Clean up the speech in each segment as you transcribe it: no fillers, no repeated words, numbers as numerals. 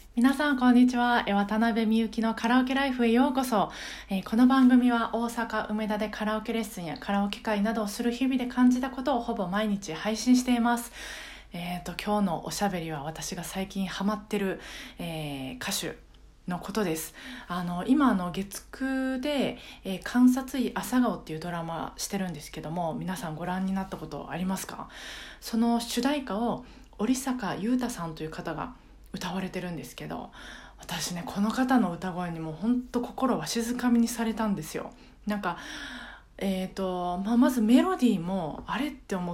皆さんこんにちは。渡辺美幸のカラオケライフへようこそ。この番組は大阪梅田でカラオケレッスンやカラオケ会などをする日々で感じたことをほぼ毎日配信しています。今日のおしゃべりは私が最近ハマってる、歌手のことです。今月9で、監察医朝顔っていうドラマしてるんですけども、皆さんご覧になったことありますか？その主題歌を織坂優太さんという方が歌われてるんですけど、私ね、この方の歌声にも本当心わしづかみにされたんですよ。なんかまずメロディーもあれって思って、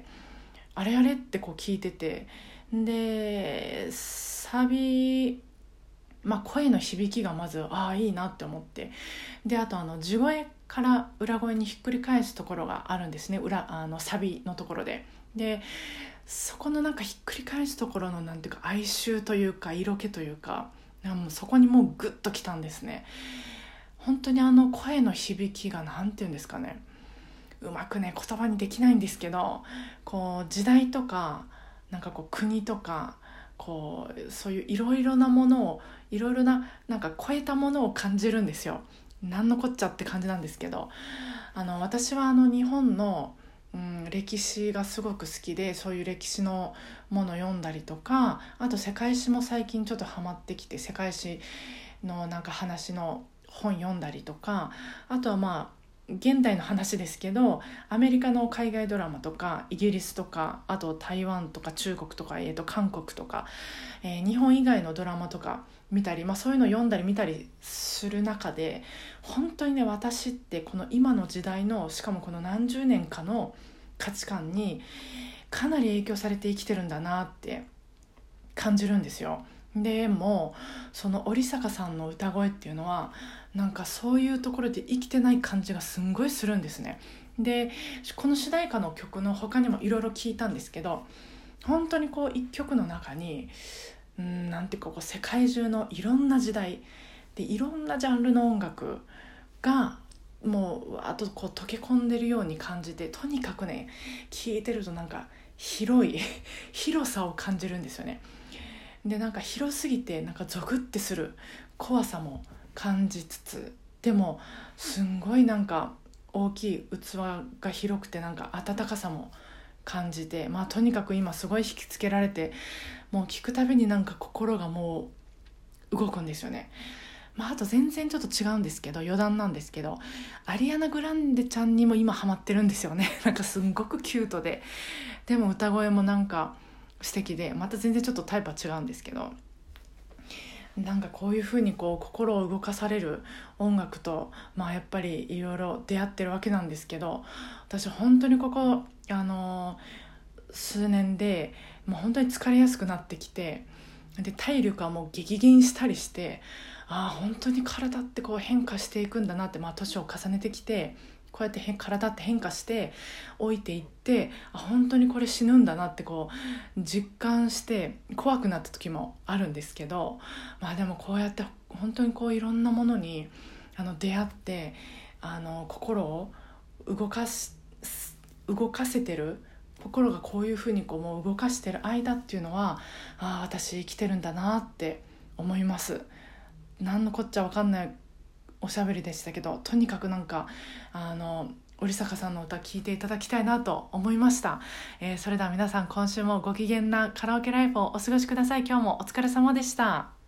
あれあれってこう聞いてて、でサビ、声の響きがまずいいなって思って、であと地声から裏声にひっくり返すところがあるんですね。サビのところでそこのひっくり返すところのなんていうか哀愁というか色気というか、もうそこにもうグッときたんですね。本当に声の響きがなんていうんですかね、うまくね言葉にできないんですけど、こう時代とか国とかそういういろいろなものをいろいろな超えたものを感じるんですよ。なんのこっちゃって感じなんですけど、私は日本の歴史がすごく好きで、そういう歴史のもの読んだりとか、あと世界史も最近ちょっとハマってきて、世界史の話の本読んだりとか、あとは現代の話ですけど、アメリカの海外ドラマとかイギリスとか、あと台湾とか中国とか、韓国とか、日本以外のドラマとか見たり、そういうの読んだり見たりする中で、本当にね、私ってこの今の時代の、しかもこの何十年かの価値観にかなり影響されて生きてるんだなって感じるんですよ。でもその織坂さんの歌声っていうのはそういうところで生きてない感じがすんごいするんですね。でこの主題歌の曲の他にもいろいろ聞いたんですけど、本当に一曲の中になんていうか世界中のいろんな時代でいろんなジャンルの音楽がもうあと溶け込んでるように感じて、とにかくね聴いてると広い広さを感じるんですよね。で広すぎてゾクッてする怖さも感じつつ、でもすんごい大きい器が広くて温かさも感じて、とにかく今すごい引きつけられて、もう聞くたびに心がもう動くんですよね。あと全然ちょっと違うんですけど、余談なんですけど、アリアナ・グランデちゃんにも今ハマってるんですよね。すんごくキュートで、でも歌声も素敵で、また全然ちょっとタイプは違うんですけど、こういう風に心を動かされる音楽と、やっぱりいろいろ出会ってるわけなんですけど、私本当にここ数年でもう本当に疲れやすくなってきて、で体力はもう激減したりして、本当に体って変化していくんだなって、年を重ねてきてこうやって体って変化して老いていって、本当にこれ死ぬんだなって実感して怖くなった時もあるんですけど、でもこうやって本当にいろんなものに出会って、心を動かせてる、心がこういうふうにもう動かしてる間っていうのは、私生きてるんだなって思います。何のこっちゃ分かんないおしゃべりでしたけど、とにかく織坂さんの歌聴いていただきたいなと思いました。それでは皆さん、今週もご機嫌なカラオケライフをお過ごしください。今日もお疲れ様でした。